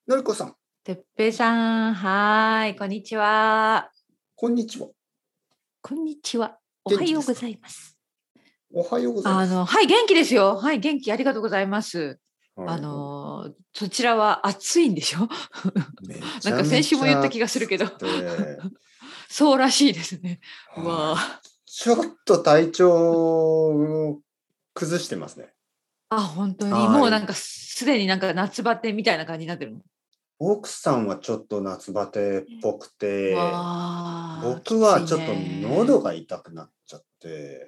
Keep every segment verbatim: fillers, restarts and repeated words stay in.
のりこさん、 てっぺいさん、はーい、こんにちは。 こんにちは。 こんにちは。お元気ですか？ はようございます。 おはようございまあす。 の、はい、元気ですよ。はい、元気、ありがとうございます。あはいはい。 の、そちらは暑いんでしょ？ めちゃなんか先週もめちゃ言った気がする暑くけど、 て、 そうらしいですね。うはい。 わあ、 ちょっと体調を崩してますね。 あ、本当に、もはい。 うなんかすでになんか夏バテみたいな感じになってるの。 奥さんはちょっと夏バテっぽくて、 わあ、き僕ついはちょっと喉ね。 が痛くなっちゃって、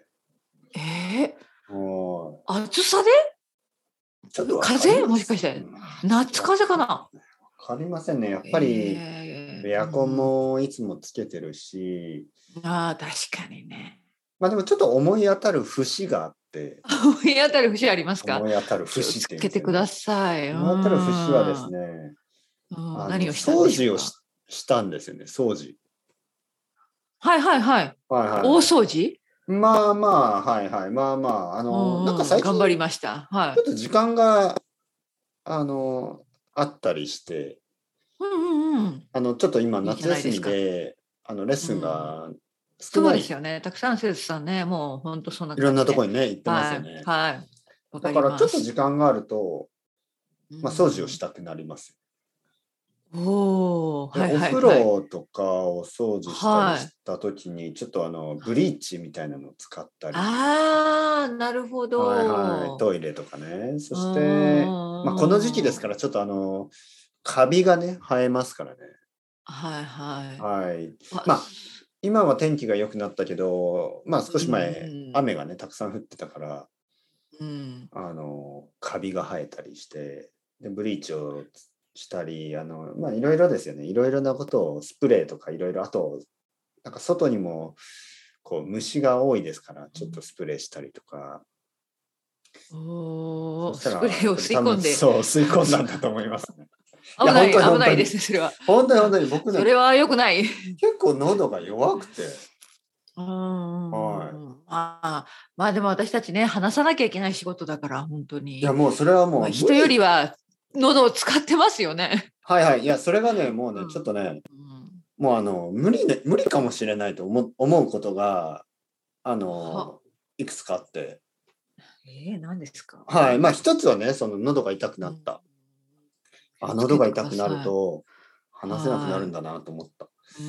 えー、 は暑さでい。ちょっとわか風邪もしります。 かして、 うん、ちょっと夏わか風邪かな？ わかりませんね。やっぱりええ、うエアコンん。 もいつもつけてるし、 ああ、確かにね。 まあでもちょっと思い当たる節があって、 思い当たる節ありますか？ 思い当たる気を節っつけてくだて言うんですよね。 さい。う思い当たる節はでーん。 すね、 うん、 あの、 何をしたんでしょうか？ 掃除をししたんですよね、掃除。 はいはいはい。大はいはい。 掃除？ まあまあ、はいはい。まあまあ、あうの、なんかんうん、 最近、 頑張りました。はい。 ちょっと時間が、あの、あったりして、 うんうんうん。 あの、ちょっと今いいじゃ夏休みないですか。 で、あの、レッうん。 スンが少そうない、 ですよね。たくさん生徒さんね、もう本当そんないろんな感じで。 ところにね、行ってますよはい、 ね。 はい。わかりだからちょっとます。 時間があると、 うまあ、掃除をしん。 たくなります。 おお、 で、 はいお風はいはい。 呂とかを掃除したりはい。 した時に、ちょっとあの、ブリーチみたいなのを使ったり、 ああ、なるほはいはい、 ど。 トイレとかね。そうーして、まあ、この時期ですかん。 ら、ちょっとあの、カビがね、生えますからね。 はいはい。 はい。 あ、 まあ、 す今は天気が良くなったけど、まあ、少うんし前、 うん。 雨がね、たくさん降ってたから、 うん。 あの、カビが生えたりして、で、ブリーチをしたり、あの、まあ、いろいろですよね。いろいろなことを、スプレーとかいろいろ、あと、なんか外にも、こう、虫が多いですから、ちょっとスプレーしたりとか、そおお、 したら、やっスプレーをぱり多分、 吸い込んで、 そう、吸い込んだんだと思いますね。いや、本危ない、 当に本当に、 危ないですね、それは。 本当に本あ、 当に僕ね、 それは良くない。 結構喉が弱くて、 うんうんはい。 うんうん。まあ、まあでも私たちね、話さなきゃいけない仕事だから、本当いや、 に。 もうそれはまあ、 もう無人より理。 は喉を使ってますよね。 はいはい。いや、それがね、もうね、ちょっうん。 とね、 うん。 もうあの、無理ね、無理かもしれないと思う思うことが、あは、 の、いくつかあって。 えー、何ですか？ はい。まあ一つはね、その喉が痛くうん。 なった。あ、 気をつけてく喉が痛くなるださい。 と話せなくなるんはだなと思った。 い。うん。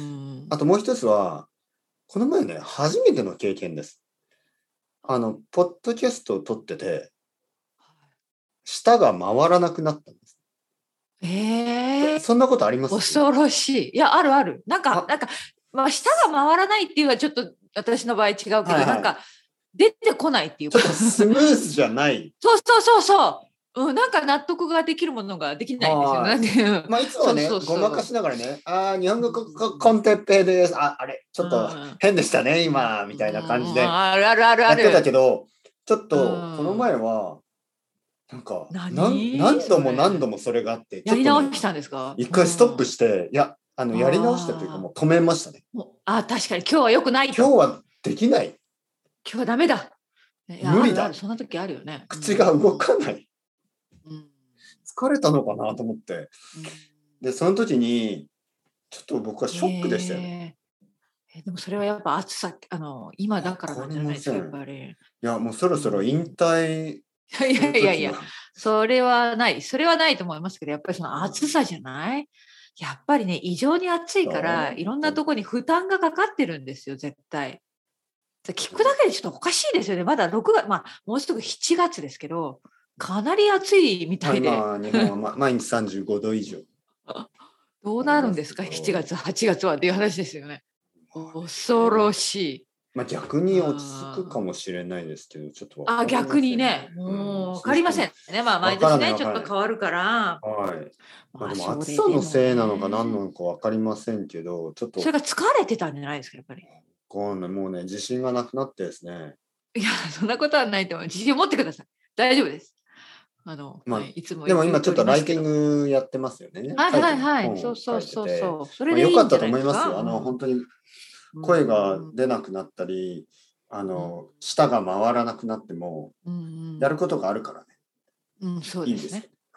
あともう一つは、この前ね、初めての経験です。あの、ポッドキャストを撮ってて、舌が回らなくなったんです。 ええ、 そんなことあります？ 恐ろしい。いや、あるある。なんか、 あ、 なんか、まあ、舌が回らないっていうのはちょっと私の場合違うけど、なんか、 はいはい。 出てこないっていうか。 ちょっとスムーズじゃない。 そうそうそうそう。うん、なんか納得ができるものができないんですよ。なんはい。 ていう。 まあ、いつもはね、 そうそうごまかそしながらね、ああ、日本う。う語コココん、 ンテッペイです。あ、あれ、ちょうっとん、 変でしたね、 うん、 今、みたいな感じうん、 であるあるあるあやってたる。 けど、ちょっうと、このん。 前は、なんか、何何何度も何それ。 度もそれがあって、ちょっとね、 やり直したんですか？ 一うん。 回ストップして、いや、あの、やり直したというか、もああ。 う止めましたね。 もう、あ、確かに今日は良くないと。 今日はできない。 今日はダメだ。いや、 無理だ。 あるある、そんな時あるよね。うん口が動かない。 うん。 疲れたのかなと思って。 うん。 で、その時に、ちょっと僕はえショックでしたよね。 え。え、でもそれはやっぱ暑さ、あの、今だからなんわかりじゃないですか、やっません。 ぱり。 いや、もうそろうそろ引ん。 退いするやいやいや、 時が、 それはない。それはないと思いますけど、やっぱりその暑さじゃない？やっぱりね、異常に暑いから、いろんなとこに負担がかかってるんですよ、絶対。聞くだけでちょっとおかしいですよね。まだろくがつ、まあ、もうすぐしちがつですけど、かなり暑いみまあ、 たいで。 今、日本は、ま、毎日さんじゅうごど以上どうありますけなるんですか、7 ど、 月、はちがつはっていう話ですよね。恐ろしい。 まあ、逆に落ち着くかあもしれないですけど、ちょっとわあ、 かりま逆せんね。 にね、 うん、 もう分かりま正直もせんね。まあ、 う、わから毎年ね、ちょっないわからない。 と変わるから、 はい。まあ、 まあ、 でもそ暑さのれでもせいなのか何なね、 のかわかりませんけど、ちょっと、 それが疲れてたんじゃないですか、やっぱり。 こうね、もうね、自信がなくなってですね。 いや、そんなことはないと思う。自信を持ってください。大丈夫です。あの、 まあ、 はい、いつもでも今ちょっ言っておりとライティンますけど。 グやってますよね。 はい書いてます。 はいはい。そう本を書いてそうそうて、 そう。それまあ、良かったとでいいんじゃない思いますよ。あですか？ の、本当にうん。 声がうん。 出なくなったり、あうん。 の、舌が回らなくなっても、 うん。 やることがあるからね、 うん、そうですね。 いいんですよ。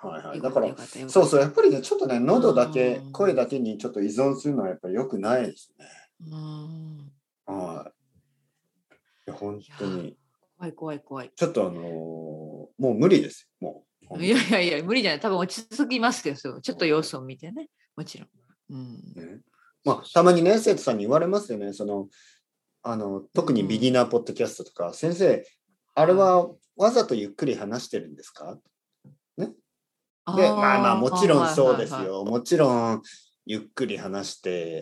はいはい。 よかだから、 ったよかったよかった。 そうそう、やっぱりね、ちょっとね、喉だけ、 うん声だけにちょっと依存するのはやっぱり良くないですね。 うんはい。いや、本いや当に。 怖い怖い怖い。 ちょっとあのーもう無理ですよ。もう、本いや当に。 いやいや、無理じゃない。多分落ち着きますよ。そうちょっと様子を見てね。もちろん。うん。 ね、まあ、たまにね、生徒さんに言われますよね。その、あの、特にビギナーポッドキャストとか、先生、あれはわざとゆっくり話してるんですかね。で、まあまあ、もああ、 ちろんそうはいはいはい。 ですよ。もちろん、ゆっくり話して、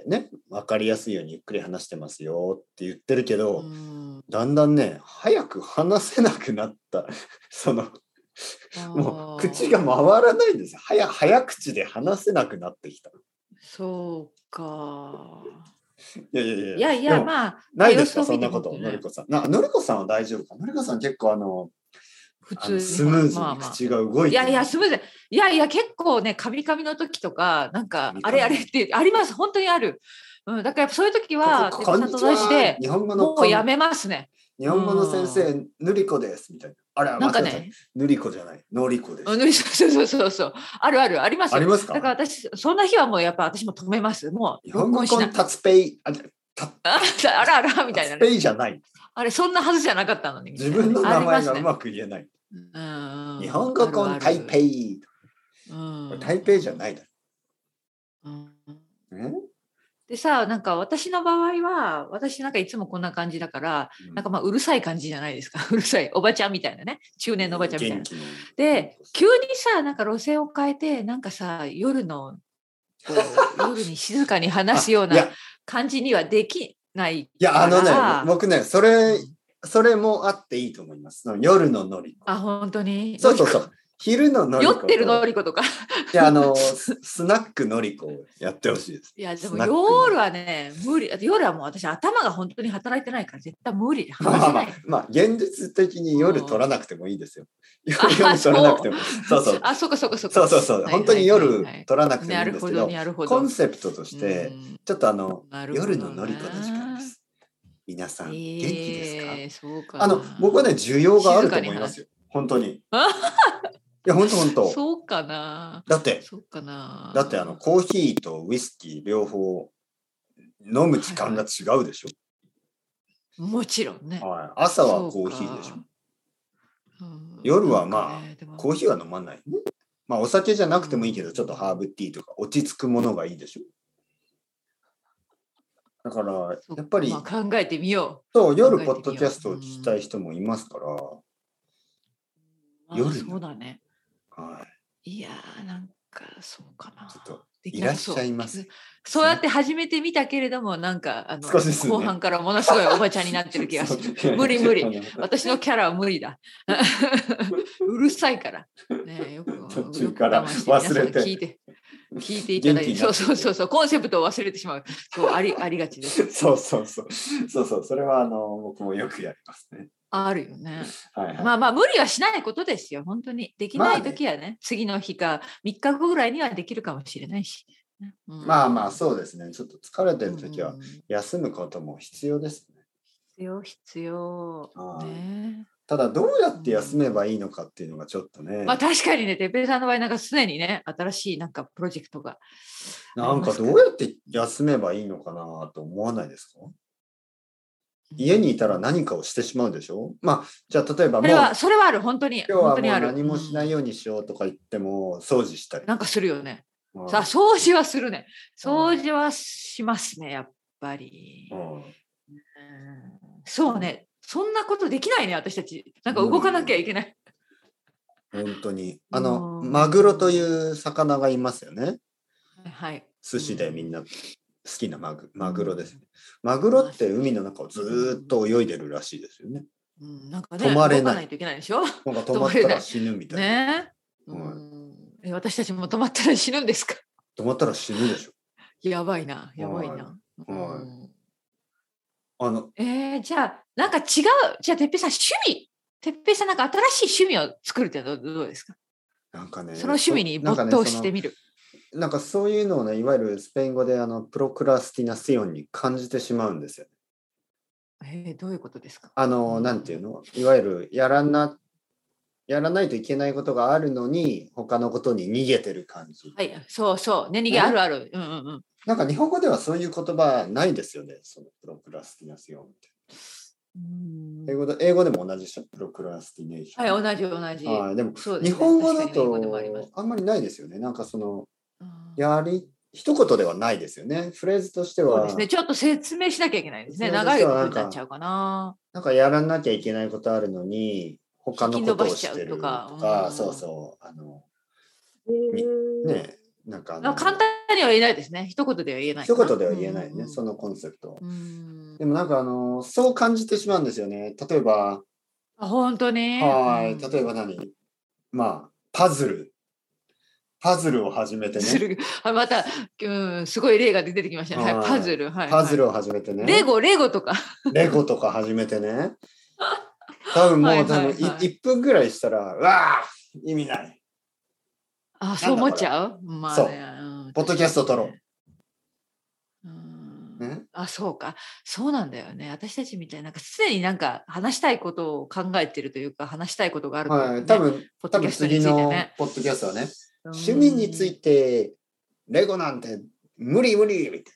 ね、わかりやすいようにゆっくり話してますよって言ってるけうど、 ん。 だんだんね、早く話せなくなった。その、もう口があ回あ、 らないんですよ。早早口で話せなくなってきた。 そうか。 いやいやいや、 いやいや、 でも、 まあ、まあ、 ないですか、 様子を見てそんなこと、 もっとね、 のりこさん。な、のりこさんは大丈夫かのりこさん結構あの、 普あの通に話す。 スムーズまあまあ。 に口が動いいやいや、 てるんですよ。 スムーズ。いやいや、結構ね、カミカミの時とか、なんか、 神あれあれっ 々 てあります。本当にある。うん、だからやっぱそういう時こ、こ、 は、てっぺこんにいさんとちは。 同じで、 日本語のこん、 もうやめますね。う日本語の先ん。 生、ぬりこです。みたいな。あれ、間違えた。 なんかね、 ぬりこじゃない。のりこです。 うん、そうそうそうそう。あるある、ありますよ。 ありますか？ だから私、そんな日はもうやっぱ私も止めます。もう日本録音しない。 語コンタツペイ、あ、た、 ああらあらみタツペたいなね。 イじゃない。 あれ、そんなはずじゃなかったのにみたいなね。 自分のあ名前がうりますね。 まく言えない。 うん、 日本語あるコンタイペある。 イ。 うこれん。 台北じゃないだうん、 ろ。え、 でさ、なんか私の場合は、私なんかいつもこんな感じだから、なんかうん、 まあうるさい感じじゃないですか。うるさい。おばちゃんみたいなね。中年のおばちゃんみたいな。 元気の。 で、急にさ、なんか路線を変えて、なんかさ、夜の、こう、夜に静かに話すあ、 ようないや、 感じにはできないいや、あかのね、ぼら、 僕ね、そうれ、 ん、 それもあっていいと思います。その夜ののりこ。 あ、本当に、のりこ。 そうそうそう。昼ののり酔ってるのこと、 りことか。 いや、あの、ス、スナックのりこをやってほしいです。 いや、でスもナックのり夜はね、無理。夜はもう私頭が本当に働いてないから絶対無理でこ。まあまあまあ、 話せない。 まあ、現実的に夜取うん。 らなくてもいいですよ。 あ、 夜取らなくそう。 ても。そうそう。 あ、そうかそうかそうか。 そうそうそう。本当にはいはいはい夜はい。 取らなくてもなるほど、 いいんですけど、 なるほど。 コンセプトとしうて、 ん。 ちょっとあの、 なるほ夜のどのりこの時間でね。 す。皆さん、元気ですか？ ええ、そうかあの、僕はね、 な。 需要があ静るとかに話す。 思いますよ。本当に。いあ、 や、本当本当。 そうかな。 だって、 そうかだってあの、 な。 コーヒーとウイスキー両方飲む時間がはいはい。 違うでしょ。 もちろんね。 はい。朝はそうコーヒーでしょ。 か。うん、 夜なんはまあ、 かね、でも。 コーヒーは飲まない。まあ、お酒じゃうなくてもいいけど、ちょっとハーん。 ブティーとか落ち着くものがいいでしょ。だから、 そっか、まあやっぱり、 考えてみよそう、 う。考夜、ポッえてみよう。 ドキャストを聞きたいうん。 人もいますから、 まあ夜の、 そうだね。 はい、 いやー、なんかそうかな。 ちょっと、 できいらっしゃなさそう。きいませ。 そうスナック、 やって始めてみたけれども、なんかあの少しずつね。 後半からものすごいおばちゃんになってる気がそう、 する。無理無理。 あの、 私のキャラは無理だ。うるさいから。ねえ、よく、 途中よくから我慢して皆さん忘れて、 聞いて、聞いていただいて、 元気になそうってて。 そうそうそう、コンセプトを忘れてしまう。そう、ありありがちです。 そうそうそう。そうそう。それは、あの、僕もよくやりますね。 あるよね。 はいはい。 まあまあ、無理はしないことですよ。本当に。できないとまあね。 きはね、次の日かみっかごぐらいにはできるかもしれないし。うまあまあ、 ん。 そうですね。ちょっと疲れてうるときは、 ん。 休むことも必要ですね。 必要、必要。 はい。 ね。 ただ、どうやうって休めばん。 いいのかっていうのがちょっとまあね。 確かにね、てっぺいさんの場合、なんか常にね、新しいなんかプロジェクトがありなんかますから。 どうやって休めばいいのかなと思わないですか？ う家にいたらん。 何かをしてしまうでしょ？まあ、じゃあ例えばそれは、 もう、 それはある。本当に、 今日はもう本当にある。 何もしないうん。 ようにしようとか言っても、掃除したりとか。 なんかするよね。さあ、 うん、 掃除はするね。掃うん、 除はしますね、やっぱり。 うん。 うん、そうね。そんなことできないね、私たち。なんか無動かなきゃ理無理。 いけない。 本当に。 うあの、マグロといん。 う魚がいますよね。 はい。 寿うん。 司でみんな好きなマグ、 うマグロですん。 ね。マグロまあ、 って海の中をずうーっん。 と泳いでるらしいですよね。 うん、なんか止ね、 まれない。 動かないといけないでしょ。 なんか止まった止まれない。 ら死ぬみたいな。 ねえ。うはい、 ん。え、私たちも止まったら死ぬんですか？ 止まったら死ぬでしょ。 やばいな、やばいはい。 な。うはい。 ん。 あの、 えー、じゃあ、なんか違う、じゃあ、てっぺいさん、趣味、てっぺいさん、なんか新しい趣味を作るってのはどうどうですか？ なんかね、 その趣味そ、なんかね、 に没頭その、 してみる。 なんかそういうのをね、いわゆるスペイン語であのプロクラスティナシオンに感じてしまうんですよ。 えー、どういうことですか？うあの、なんていうん。 の、いわゆるやらな、 やらないといけないことがあるのに他のことに逃げてる感じ。 はい、そうそうね、逃げあるある、うんうんうん。 なんか日本語ではそういう言葉ないですよね、そのプロクラスティナションって。英語で英語でも同じでしょ、プロクラスティネーション。 はい、同じ同じ。 はい、でもそうですね、 日本語だ確かに英語でもありまとす。 あんまりないですよね。なんかそのうんやり一言ではないですよね。フレーズとしては。 そうですね、ちょっと説明しなきゃいけないですね。 説明と長いことしてはなんかになっちゃうかな。 なんかやらなきゃいけないことあるのに他引きのこと伸ばしちゃをしてるうとか。 とか、そううんそうあのへみーねなんかあのまあ簡単には言えないですね。一言では言えないかな。 一言では言えないね、 うんそのコンセプト。 うんうんでもなんかあのそう感じてしまうんですよね。例えばあ本当に、 はい、 うん例えば何まあパズルパズルを始めてね。 するあまた、うん、すごい例が出てきましたね。はい、パはいズル、はいはい。 パズルを始めてね。 レゴ、レゴとか。 レゴとか始めてね。多分はいもう多分いはいはい。 いっぷんぐらいしたら、うわあ意味ない。 あ、そう思っなんだこれ。 ちゃうまあね、 そう。 うん、 ポッドキャスト撮ろ確かにね。うんう。ね。 あ、そうか。そうなんだよね。私たちみたいになんか常になんか話したいことを考えてるというか、話したいことがあるというはい。 かね、 多分、 ポッ多分ドキャストに次のついてね。 ポッドキャストはね、 う趣味につんいて、レゴなんて無理無理みたい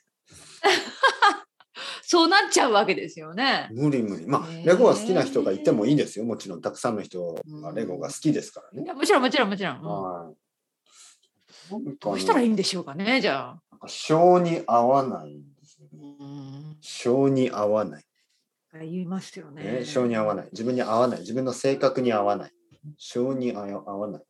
そうなっちゃうわけですよね。 な。無理無理。まあ、 へレゴが好きな人がいてもいいえですよ。もちろん、たくさんの人がレゴが好きですからね。 いやもちろんもちろんもちろん。うんはい。なんかね、 どうしたらいいんでしょうかね、じゃあ。 なんか性に合わないんですよね。 うん性に合わない。 言いますよね、 ね。 性に合わない。自分に合わない。自分の性格に合わない。性に合わない。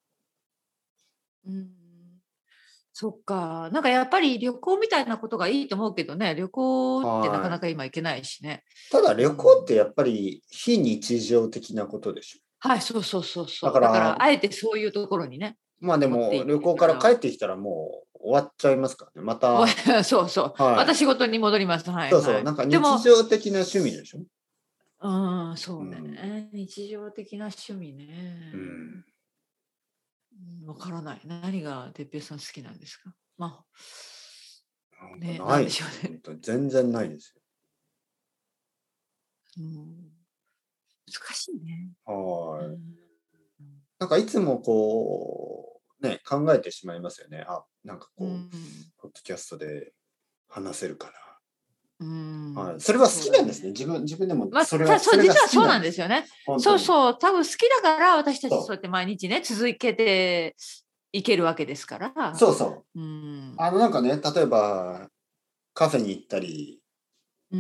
うんそっか。なんかやっぱり旅行みたいなことがいいと思うけどね、旅行ってなかはい。 なか今行けないしね。 ただ旅行っうんてやっぱり非日常的なことでしょ。 はい、そうそうそうそう。だかだから、 ら、あえてそういうところにね、 まあで持っても旅いっても行から帰っらおう。 てきたらもう終わっちゃいますからね。まおた、 そうそう。まはい。 た仕事に戻ります。はいそうそう。 はい。 なんかでも、 日常的な趣味でしょ。 うん、そうね。 うん。 日常的な趣味うね。 ん。 うんわからない。何が哲平さん好きなんですかまあ、 なんね、 かなんないですよ。 でしょうね。 本当に全然ないですうん難しいね。 よ。はい。 うんなんかいつもこう、ね、考えてしまいますよね。あ、なんかこう、 うんポッドキャストで話せるかうな。はい。 ん、 それは好そうだきなんですね。 ね。 自分、自分でもまあ、 それは、 たそう、 それが好実はそうきなんです。 なんですよね。 本当に。 そうそう、多分好きだから私たちそうそやって毎日ね、続けていけるわけですかう。 ら。 そうそう。 うん。 あのなんかね、例えばカフェに行ったり、 うん。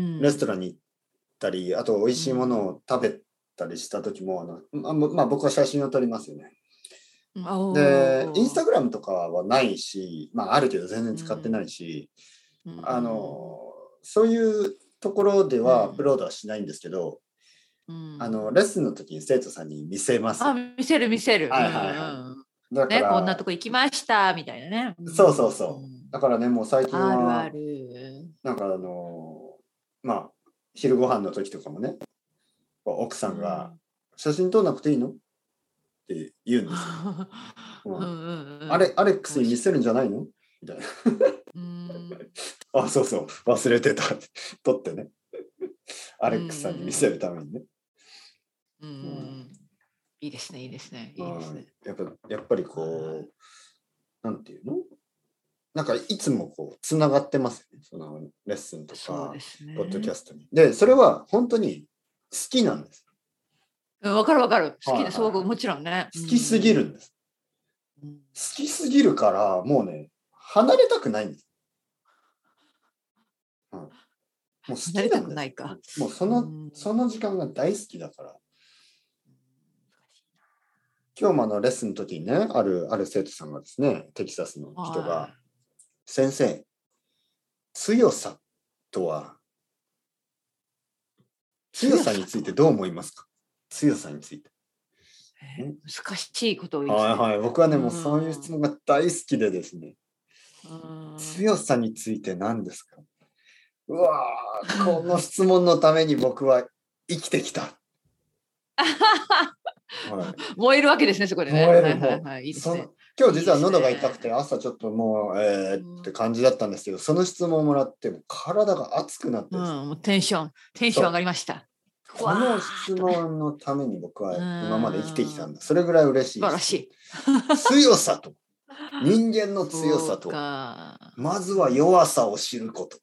レストランに行ったり、あと美味しいものうん。 を食べたりした時も、あの、まあ、まあ僕は写真を撮りますよね。で、インスタおー。 グラムとかはないし、まああるけど全然使ってなうん。 いし、 うあん。 の、そういうところではアップうん。 ロードはしないんですけど、 うあの、 ん。 レッスンの時に生徒さんに見せます。 あ、見せる見せる。うんはいはいはい。 うん。 だかね、こんなとら、 こ行きましたみたいなね。うそうそうん。うそう。 ん、 だからね、もう最近あるあは、 る。 なんかあの、まあ、昼ご飯の時とかもね、奥さんがうん。 写真撮んなくていいのって言うんですよ。 うんううん、 んあれ、アレックうん。 スに見せるんじゃないのみたいな。 うん。 あ、そうそう、忘れてた。撮ってね。アうんうレックスさんに見せんるためにね。 うん。うんううん、 ん。いいですね、いいですね、いいですはい、 ね。 やっぱ、やっぱりはいはい。 こう、なんていうのなんかいつもこう、つながってますよね。そのレッスンとか、 そうですポッドキャね。 ストに。で、それは本当に好きなんです。 うん、わかるわかる。好きで、そう、 はいはいはい。 もちろんね。う好きすぎるん。 んです。 うん好きすぎるから、もうね、離れたくないんです。うん、もう好離れたきなんです。 くないか。 もうその、 うん。 その時間が大好きだから。今日もあのレッスンの時にね、ある、ある生徒さんがですね、テキサスの人が、 は先生、強さとは、 い。 強強さについてさとは。 どう思いますか？強さについて。 え難しいことをいいですね。 はいはい。僕はね、 うもうそういうん。 質問が大好きでですね、 うん。 強さについて何ですか？うわー、この質問のために僕は生きてきた。はい。 燃えるわけですね、そこでね。 燃える、 はいはいもはい。いいう、その、 ですね。 今日実はいいです喉が痛くて、 ね。 朝ちょっともう、えーってうん、 感じだったんですけど、その質問をもらって、もう体が熱くなってうん、 ですね。 もうテンション、テンション上がそう。 りました。 この質問のために僕は今まで生きてきたんだ。それぐらい嬉しい素晴らしい。 強さと人間の強さとまずは弱さを知ること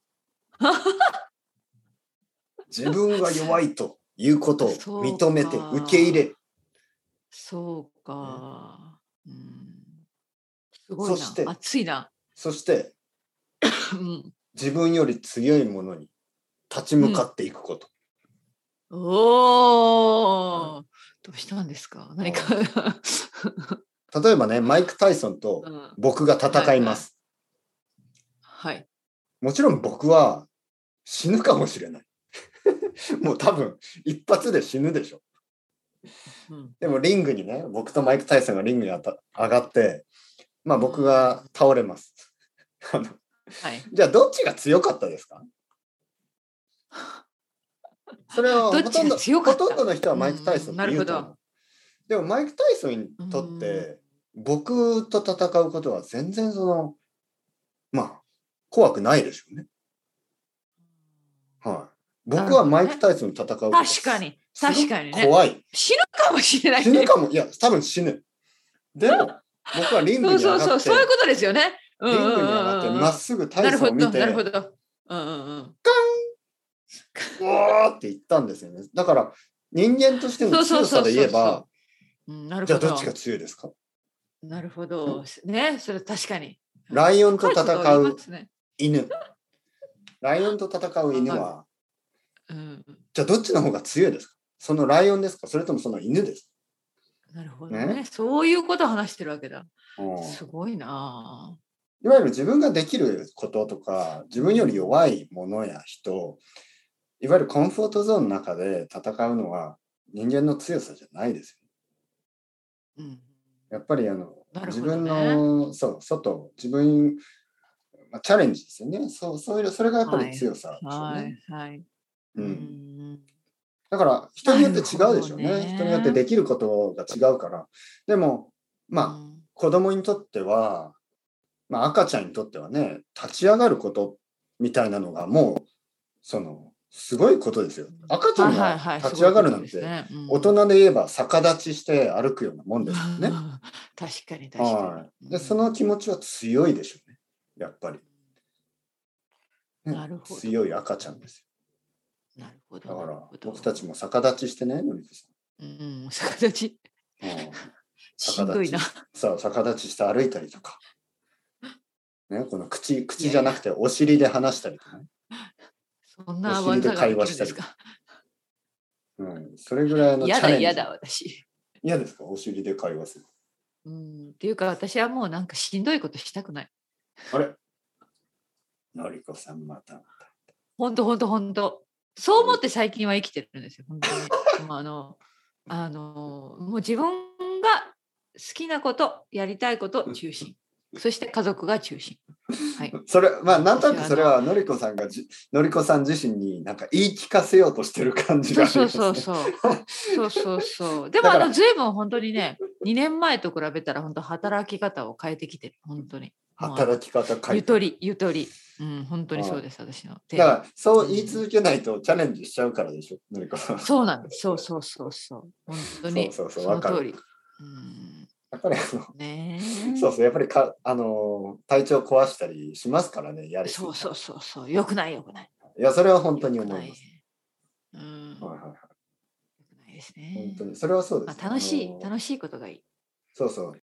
自分が弱いということを認めて受け入れる。 そうか、うん、すごいな。 そして熱いな。 そして、うん、自分より強いものに立ち向かっていくこと、 うん、おー、どうしたんですか、何か例えばね、マイク・タイソンと僕が戦います、 はい、はいはい、 もちろん僕は死ぬかもしれないもう多分一発で死ぬでしょ、うん、でもリングにね、僕とマイク・タイソンがリングに上がって、まあ僕が倒れますあの、はい、じゃあどっちが強かったですか？それはほとんど、ほとんどの人はマイク・タイソンって言うと思う、うん、でもマイク・タイソンにとって僕と戦うことは全然そのまあ怖くないでしょうね。はい。僕はマイク・タイソンと戦うことは確かに確かにね。 怖い。 死ぬかもしれない。 死ぬかも、いや多分死ぬ。でも僕はリングに上がって、 そうそうそう、そういうことですよね。 リングに上がってまっすぐタイソンを見て、 なるほど、なるほど。うんうんうん。 カン、わーって言ったんですよね。だから人間としての強さで言えば、じゃあどっちが強いですか？ なるほど。ね、それ確かに。 ライオンと戦う犬。ライオンと戦う犬は、うん、じゃあどっちの方が強いですか？そのライオンですか？それともその犬ですか？ なるほどね。ね、そういうことを話してるわけだ。すごいな。 いわゆる自分ができることとか、自分より弱いものや人、いわゆるコンフォートゾーンの中で戦うのは人間の強さじゃないですよ、うん、やっぱりあの、ね、自分のそう外、自分、まあ、チャレンジですよね。そう、そういう、それがやっぱり強さでしょうね。はいはいはい、うん、だから人によって違うでしょうね。ね、人によってできることが違うから。でもまあ、うん、子供にとっては、まあ、赤ちゃんにとってはね、立ち上がることみたいなのがもうそのすごいことですよ。赤ちゃんが立ち上がるなんて、大人で言えば逆立ちして歩くようなもんですよね。 確かに確かに。 はい。で、その気持ちは強いでしょうね。やっぱり。ね、なるほど。強い赤ちゃんですよ。なるほど。だから僕たちも逆立ちしてね、のりこさん。 うん、逆立ち。うん、しんどいな。 そう、逆立ちして歩いたりとか。ね、この口、口じゃなくてお尻で話したりとかね。 そんな技ができるんですか。 うん、それぐらいのチャレンジ。 嫌だ、嫌だ、私。 嫌ですか、お尻で会話する。 うん、っていうか、私はもうなんかしんどいことしたくない。 あれのりこさんまた。 本当本当本当。そう思って最近は生きてるんですよ、本当に。もうあの、あの、もう自分が好きなこと、やりたいこと中心。そして家族が中心。はい。 それ、まあ、なんとなくそれはのりこさんがじ、のりこさん自身になんか言い聞かせようとしてる感じがありますね。 そうそうそうそう。そうそうそう。でもあの、ずいぶん本当にね、にねんまえと比べたら本当働き方を変えてきてる。本当に。 働き方変えてる。 ゆとり、ゆとり。うん、本当にそうです、私の。 だから、そう言い続けないとチャレンジしちゃうからでしょ、のりこさん。 そうなんです。そうそうそうそう。本当に。 そうそうそう、わかる。 うんやっぱりあの、ね、そうそう、やっぱりかあの体調壊したりしますからね、やりそうそうそうそう、よくないよくない。 いや、それは本当に思います。 うん。はいはいはい。よくないですね。 本当に、それはそうです、 まあ、楽しい、楽しいことがいい。 そうそう。